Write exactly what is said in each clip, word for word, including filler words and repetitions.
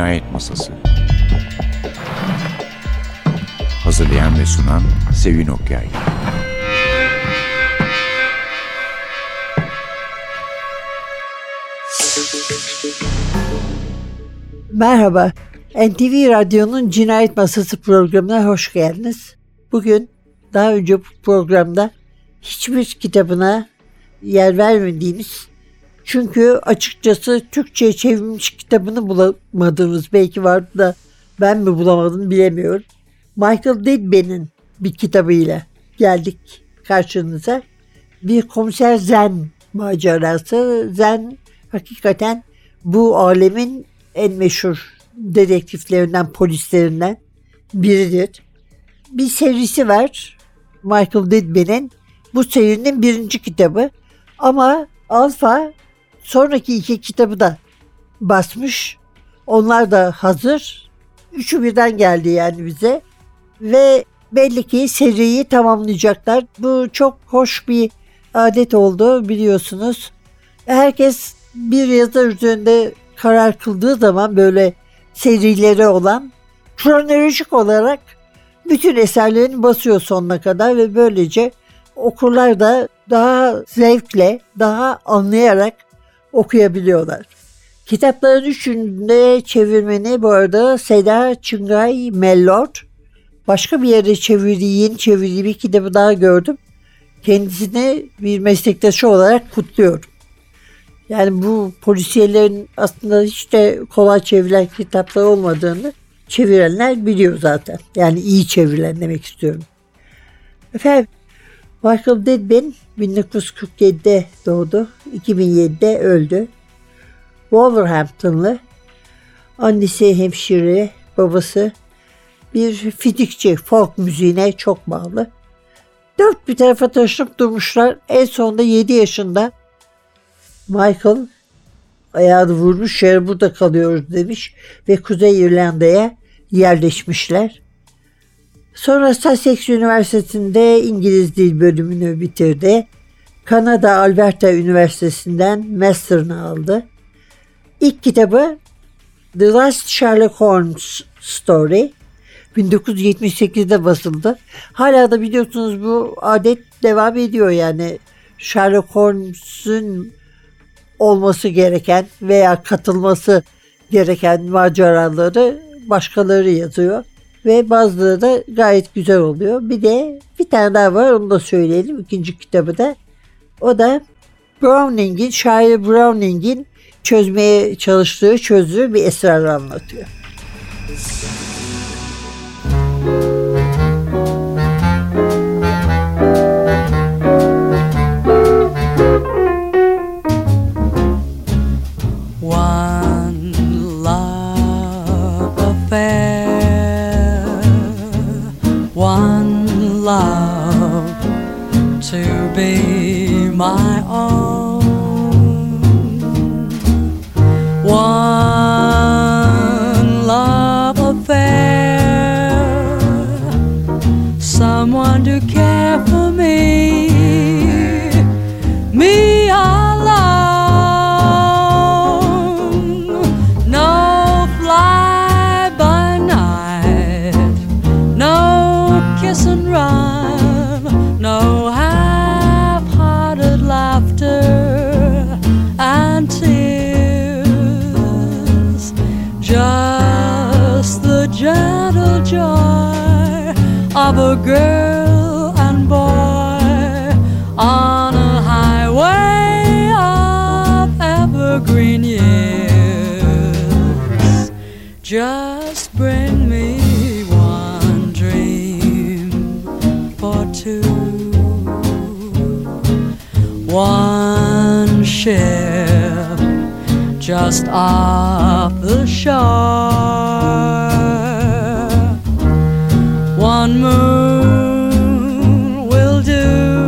Cinayet Masası. Hazırlayan ve sunan Sevin Okyay. Merhaba, N T V Radyo'nun Cinayet Masası programına hoş geldiniz. Bugün daha önce bu programda hiçbir kitabına yer vermediğimiz, çünkü açıkçası Türkçe'ye çevrilmiş kitabını bulamadığımız, belki vardı da ben mi bulamadım bilemiyorum. Michael Didby'nin bir kitabıyla geldik karşınıza. Bir komiser Zen macerası. Zen hakikaten bu alemin en meşhur dedektiflerinden, polislerinden biridir. Bir serisi var Michael Didby'nin. Bu serinin birinci kitabı. Ama Alfa sonraki iki kitabı da basmış. Onlar da hazır. Üçü birden geldi yani bize. Ve belli ki seriyi tamamlayacaklar. Bu çok hoş bir adet oldu, biliyorsunuz. Herkes bir yazar üzerinde karar kıldığı zaman, böyle serileri olan, kronolojik olarak bütün eserlerini basıyor sonuna kadar ve böylece okurlar da daha zevkle, daha anlayarak okuyabiliyorlar. Kitapların üçünde çevirmeni bu arada Seda Çıngay Mellor. Başka bir yere çevirdiği, yeni çevirdiği bir kitabı daha gördüm. Kendisini bir meslektaşı olarak kutluyorum. Yani bu polisiyelerin aslında hiç de kolay çevrilen kitaplar olmadığını çevirenler biliyor zaten. Yani iyi çevrilen demek istiyorum. Efendim, Michael Didby bin dokuz yüz kırk yedide doğdu. iki bin yedide öldü. Wolverhampton'lı. Annesi hemşire, babası bir fizikçi, folk müziğine çok bağlı. Dört bir tarafa taşınıp durmuşlar. En sonunda yedi yaşında Michael ayağını vurmuş, yarın burada kalıyoruz demiş ve Kuzey İrlanda'ya yerleşmişler. Sonra Sussex Üniversitesi'nde İngiliz Dil bölümünü bitirdi. Kanada Alberta Üniversitesi'nden master'ını aldı. İlk kitabı The Last Sherlock Holmes Story bin dokuz yüz yetmiş sekizde basıldı. Hala da biliyorsunuz bu adet devam ediyor, yani Sherlock Holmes'un olması gereken veya katılması gereken maceraları başkaları yazıyor ve bazıları da gayet güzel oluyor. Bir de bir tane daha var, onu da söyleyelim, ikinci kitabı da. O da Browning'in, şair Browning'in çözmeye çalıştığı, çözdüğü bir esrarı anlatıyor. My own one love affair, someone to care for me, me alone. No fly by night, no kiss and run, no laughter and tears, just the gentle joy of a girl and boy on a highway of evergreen years. Just bring me one dream for two, one ship just off the shore, one moon will do.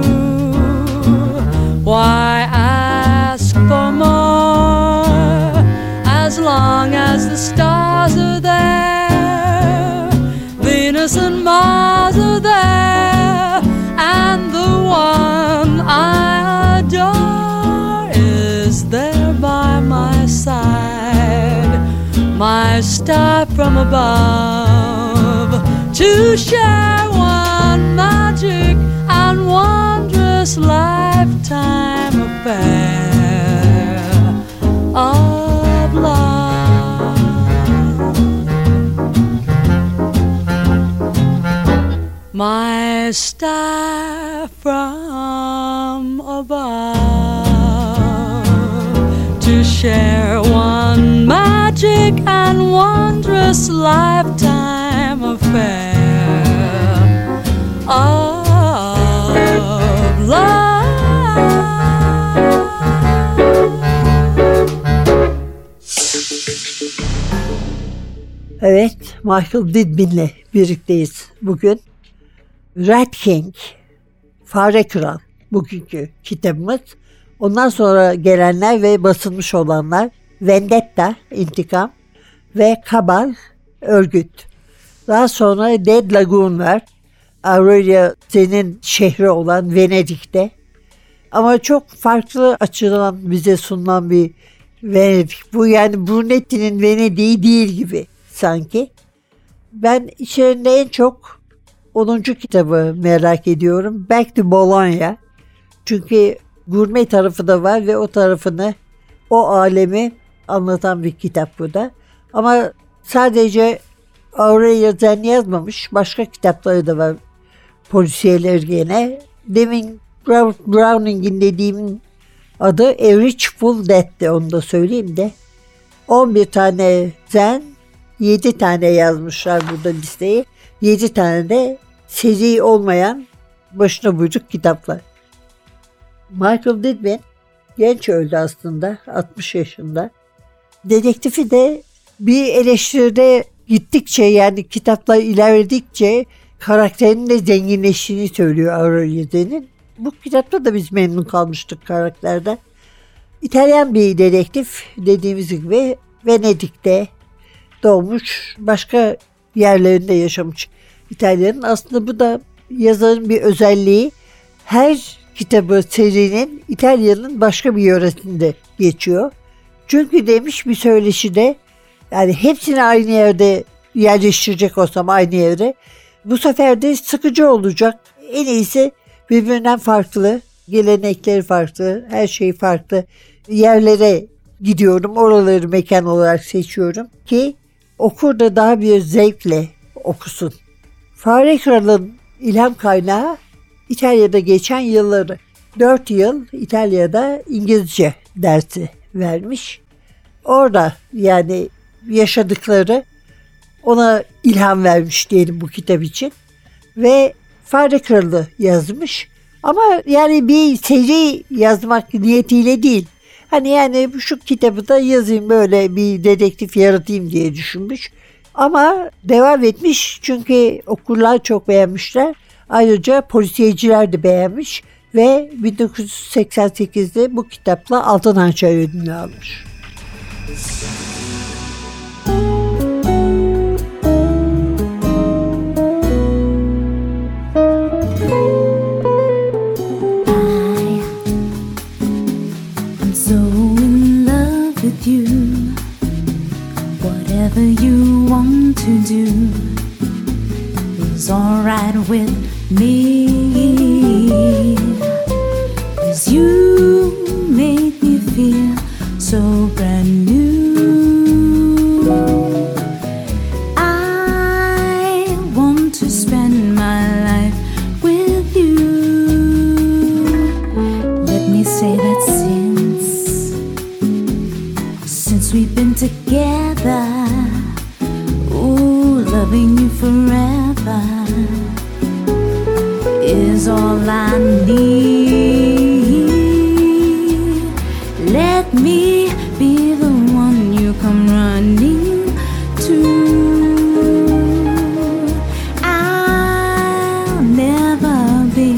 Why ask for more, as long as the stars are there, Venus and Mars are there, and the one I adore is there by my side. My star from above to share one magic and wondrous lifetime affair of love. My star from above to share one magic and wondrous lifetime affair of love. Evet, Michael Didbin'le birlikteyiz bugün. Rat King, Fare Kral bugünkü kitabımız. Ondan sonra gelenler ve basılmış olanlar Vendetta, İntikam ve Kabal, Örgüt. Daha sonra Dead Lagoon var. Aurelia senin şehri olan Venedik'te. Ama çok farklı açıdan bize sunulan bir Venedik. Bu yani Brunetti'nin Venedik'i değil gibi sanki. Ben içerisinde en çok onuncu kitabı merak ediyorum. Back to Bologna. Çünkü gurme tarafı da var ve o tarafını, o alemi anlatan bir kitap bu da. Ama sadece Aurelia Zen yazmamış. Başka kitapları da var. Polisiyeler gene. Demin Browning'in dediğimin adı A Rich Fool Death'ti. Onu da söyleyeyim de. on bir tane Zen, yedi tane yazmışlar burada listeyi. yedi tane de seri olmayan başına buyruk kitaplar. Michael Didbin genç öldü aslında, altmış yaşında. Dedektifi de bir eleştiride gittikçe, yani kitaplar ilerledikçe karakterinin de zenginleştiğini söylüyor Aurelia'nın. Bu kitapta da biz memnun kalmıştık karakterden. İtalyan bir dedektif, dediğimiz gibi Venedik'te doğmuş, başka yerlerinde yaşamış İtalya'nın. Aslında bu da yazarın bir özelliği. Her kitabı serinin İtalya'nın başka bir yöresinde geçiyor. Çünkü demiş bir söyleşide, yani hepsini aynı yerde yerleştirecek olsam aynı yere, bu sefer de sıkıcı olacak. En iyisi birbirinden farklı, gelenekleri farklı, her şey farklı yerlere gidiyorum. Oraları mekan olarak seçiyorum ki okur da daha bir zevkle okusun. Fare Kral'ın ilham kaynağı İtalya'da geçen yılları. Dört yıl İtalya'da İngilizce dersi vermiş. Orada yani yaşadıkları ona ilham vermiş diyelim bu kitap için. Ve Fare Kralı yazmış. Ama yani bir seri yazmak niyetiyle değil. Hani yani şu kitabı da yazayım, böyle bir dedektif yaratayım diye düşünmüş. Ama devam etmiş çünkü okurlar çok beğenmişler. Ayrıca polisiyeciler de beğenmiş ve bin dokuz yüz seksen sekizde bu kitapla Altın Hançer ödülünü almış. Whatever you want to do is alright with me, 'cause you make me feel so brand new. I want to spend my life with you. Let me say that since Since we've been together, ooh, loving you forever is all I need. Let me be the one you come running to. I'll never be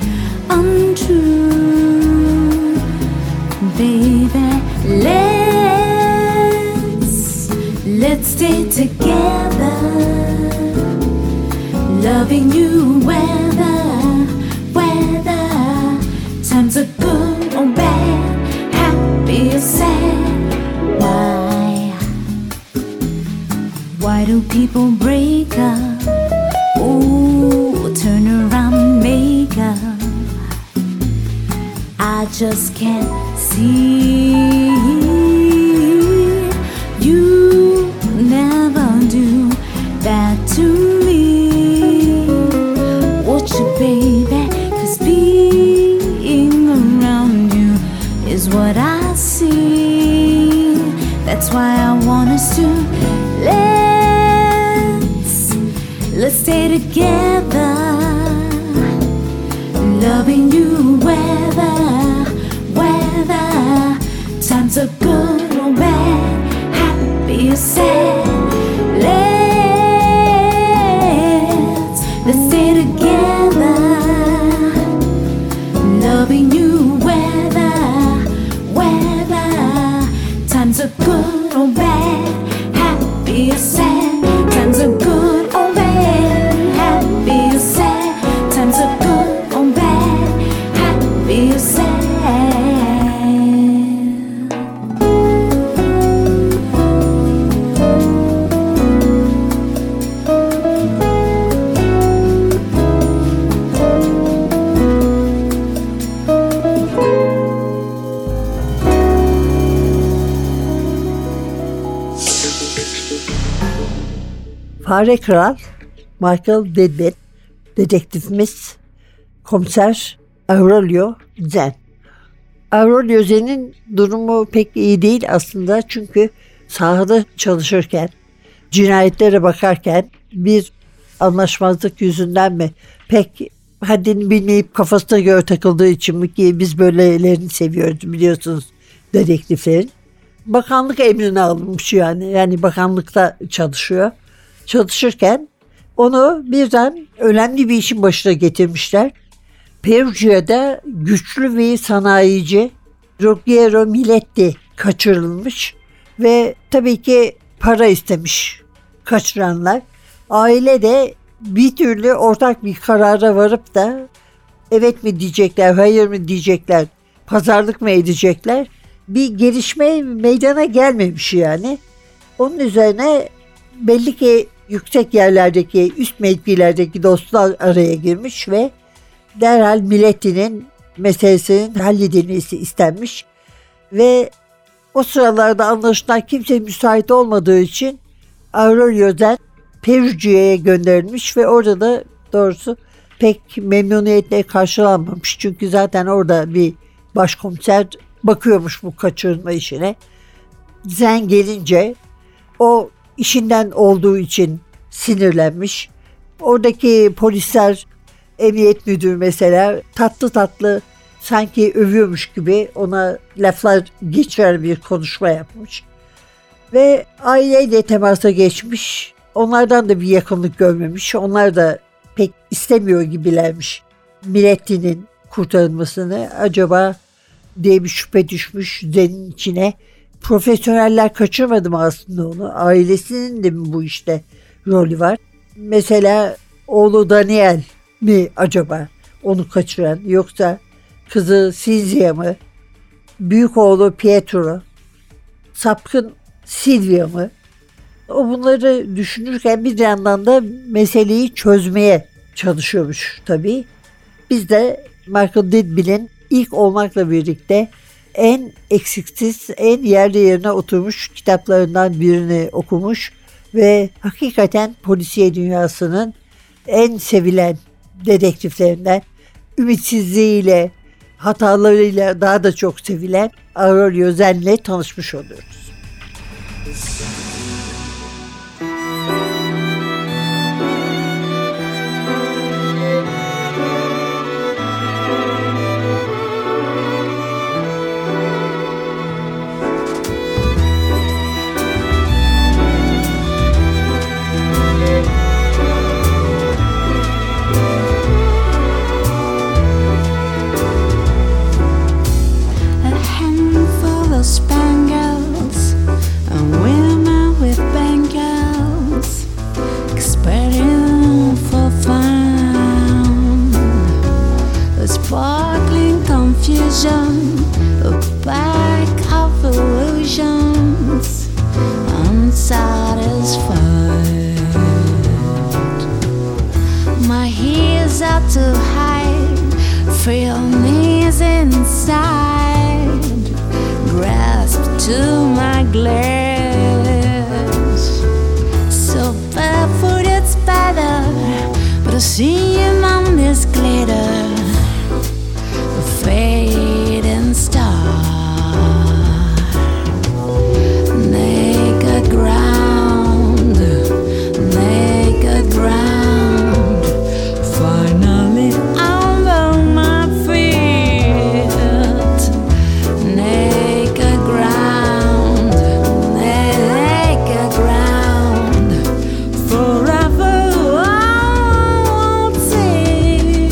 untrue, baby. Let's let's stay together, loving you weather, weather. people break up, ooh, turn around, make up. I just can't see. You never do that to me, would you, baby? 'Cause being around you is what I see. That's why I want us to let's let's stay together, loving you whether whether times are good or bad, happy or sad. Let's let's stay together, loving you whether whether times are good or bad, happy or sad. Times are good or bad, happy or sad. Times are good or bad, happy or sad. Fare Kral, Michael Deadman, dedektifimiz, komiser Aurelio Zen. Aurelio Zen'in durumu pek iyi değil aslında, çünkü sahada çalışırken, cinayetlere bakarken bir anlaşmazlık yüzünden mi, pek haddini bilmeyip kafasına göre takıldığı için mi, ki biz böylelerini seviyoruz biliyorsunuz dedektiflerin. Bakanlık emrine alınmış yani, yani bakanlıkta çalışıyor. Çalışırken onu birden önemli bir işin başına getirmişler. Perugia'da güçlü bir sanayici Ruggiero Miletti kaçırılmış ve tabii ki para istemiş kaçıranlar. Aile de bir türlü ortak bir karara varıp da evet mi diyecekler, hayır mı diyecekler, pazarlık mı edecekler, bir gelişme meydana gelmemiş yani. Onun üzerine belli ki yüksek yerlerdeki, üst mevkilerdeki dostlar araya girmiş ve derhal Miletti'nin meselesinin halledilmesi istenmiş ve o sıralarda anlaşılan kimse müsait olmadığı için Aurelio Zen Perugia'ya gönderilmiş ve orada da doğrusu pek memnuniyetle karşılanmamış. Çünkü zaten orada bir başkomiser bakıyormuş bu kaçırılma işine. Zen gelince o işinden olduğu için sinirlenmiş. Oradaki polisler, emniyet müdürü mesela tatlı tatlı sanki övüyormuş gibi ona laflar geçiren bir konuşma yapmış. Ve aileyle temasa geçmiş. Onlardan da bir yakınlık görmemiş. Onlar da pek istemiyor gibilermiş Miletti'nin kurtarılmasını. Acaba diye bir şüphe düşmüş Zen'in içine. Profesyoneller kaçırmadı mı aslında onu? Ailesinin de mi bu işte rolü var? Mesela oğlu Daniel mi acaba onu kaçıran, yoksa kızı Silvia mı? Büyük oğlu Pietro, sapkın Silvia mı? O bunları düşünürken bir yandan da meseleyi çözmeye çalışıyormuş tabii. Biz de Michael Deadman'in ilk olmakla birlikte en eksiksiz, en yerli yerine oturmuş kitaplarından birini okumuş ve hakikaten polisiye dünyasının en sevilen dedektiflerinden, ümitsizliğiyle, hatalarıyla daha da çok sevilen Aurelio Zen'le tanışmış oluyoruz. Spangles and women with bangles, experience for fun, a sparkling confusion, a pack of illusions, unsatisfied. to hide feelings inside. Grasp to my glass. So barefoot it's better, but I see him on this glitter, a fading star. Naked ground, naked ground. Finally I'm on my feet. Naked ground, naked ground. Forever I'll sing.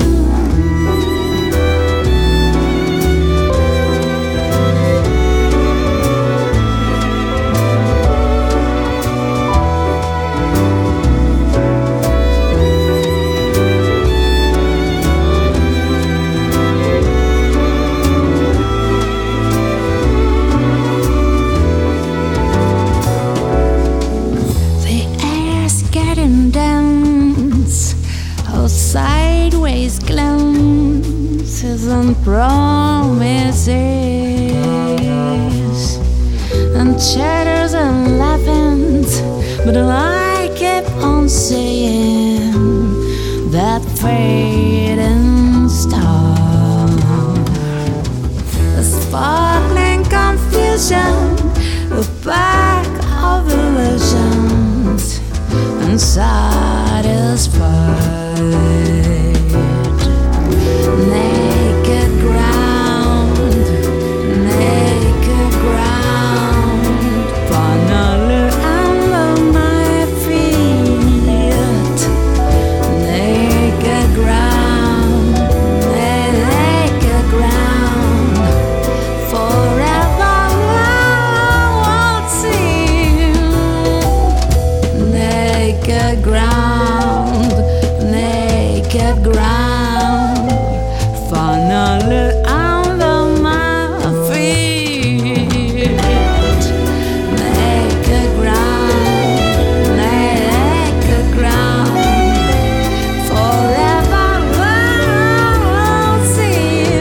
The air's getting dense. Oh, sideways glances and promises and chatters and laughings, but I keep on saying that fading star, a sparkling confusion, a pack of illusions, unsatisfied. Naked ground, naked ground. Finally I'm on my feet. Naked ground, naked ground. Forever I'll sing. Naked ground, naked ground. Finally I'm on my feet. Naked ground, naked ground. Forever I'll sing.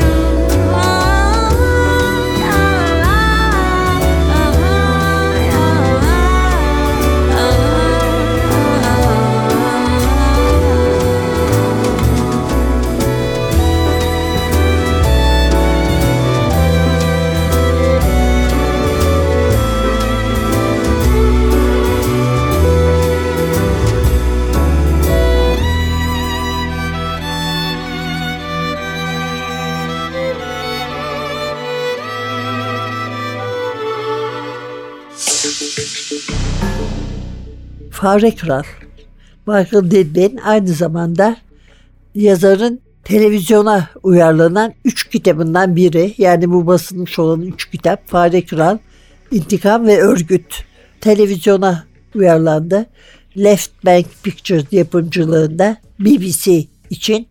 Fare Kral. Michael Didbin aynı zamanda yazarın televizyona uyarlanan üç kitabından biri. Yani bu basılmış olan üç kitap Fare Kral, İntikam ve Örgüt televizyona uyarlandı. Left Bank Pictures yapımcılığında B B C için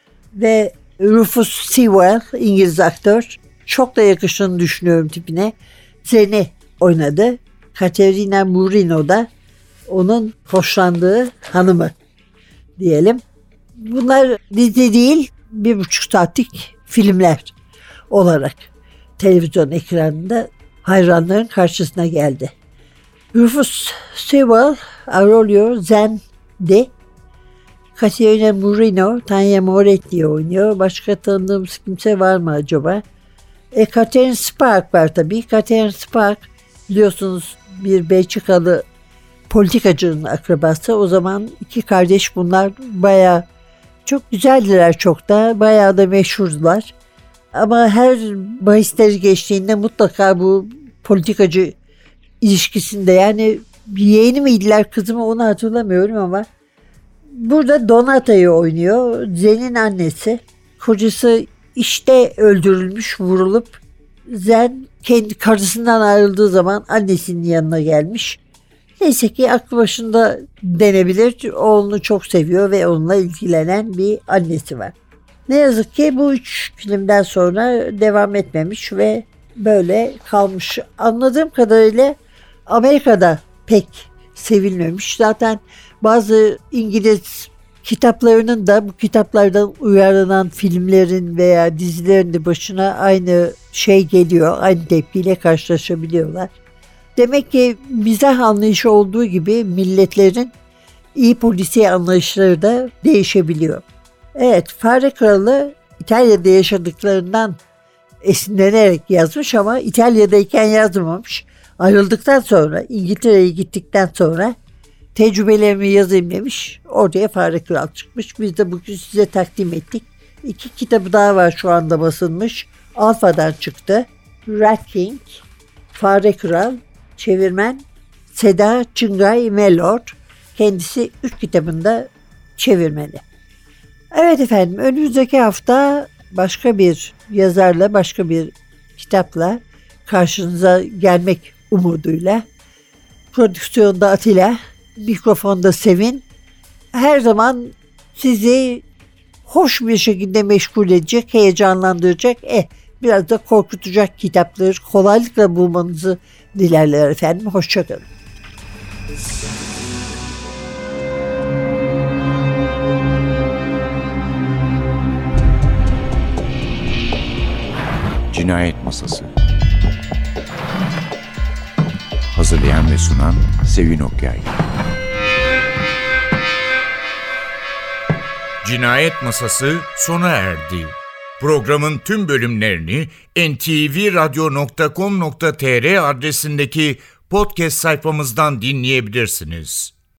ve Rufus Sewell İngiliz aktör, çok da yakıştığını düşünüyorum tipine, Zen'i oynadı. Katerina Murino da onun hoşlandığı hanımı diyelim. Bunlar dizi değil, bir buçuk saatlik filmler olarak televizyon ekranında hayranların karşısına geldi. Rufus Sewell, Aurelio Zen'di. Katerina Murino, Tanya Moretti oynuyor. Başka tanıdığımız kimse var mı acaba? E, Catherine Spark var tabii. Catherine Spark biliyorsunuz bir Belçikalı politikacının akrabası. O zaman iki kardeş bunlar bayağı çok güzeldiler, çok da bayağı da meşhurdular. Ama her bahisleri geçtiğinde mutlaka bu politikacı ilişkisinde, yani yeğeni miydiler kızı mı onu hatırlamıyorum ama burada Donata'yı oynuyor. Zen'in annesi. Kocası işte öldürülmüş, vurulup Zen kendi karısından ayrıldığı zaman annesinin yanına gelmiş. Neyse ki aklı başında denebilir. Oğlunu çok seviyor ve onunla ilgilenen bir annesi var. Ne yazık ki bu üç filmden sonra devam etmemiş ve böyle kalmış. Anladığım kadarıyla Amerika'da pek sevilmemiş. Zaten bazı İngiliz kitaplarının da bu kitaplardan uyarlanan filmlerin veya dizilerin de başına aynı şey geliyor. Aynı tepkiyle karşılaşabiliyorlar. Demek ki mizah anlayışı olduğu gibi milletlerin iyi polisiye anlayışları da değişebiliyor. Evet, Fare Kralı İtalya'da yaşadıklarından esinlenerek yazmış ama İtalya'dayken yazmamış. Ayrıldıktan sonra, İngiltere'ye gittikten sonra tecrübelerimi yazayım demiş. Ortaya Fare Kral çıkmış. Biz de bugün size takdim ettik. İki kitabı daha var şu anda basılmış. Alfa'dan çıktı. Rat King, Fare Kral, çevirmen Seda Çıngay Mellor. Kendisi üç kitabında çevirmeni. Evet efendim, önümüzdeki hafta başka bir yazarla, başka bir kitapla karşınıza gelmek umuduyla. Prodüksiyonda Atilla, mikrofonda Sevin. Her zaman sizi hoş bir şekilde meşgul edecek, heyecanlandıracak, eh, biraz da korkutacak kitapları kolaylıkla bulmanızı dilerler efendim. Hoşçakalın. Cinayet Masası. Hazırlayan ve sunan Sevin Okyay. Cinayet Masası sona erdi. Programın tüm bölümlerini en te ve radyo nokta com nokta te er adresindeki podcast sayfamızdan dinleyebilirsiniz.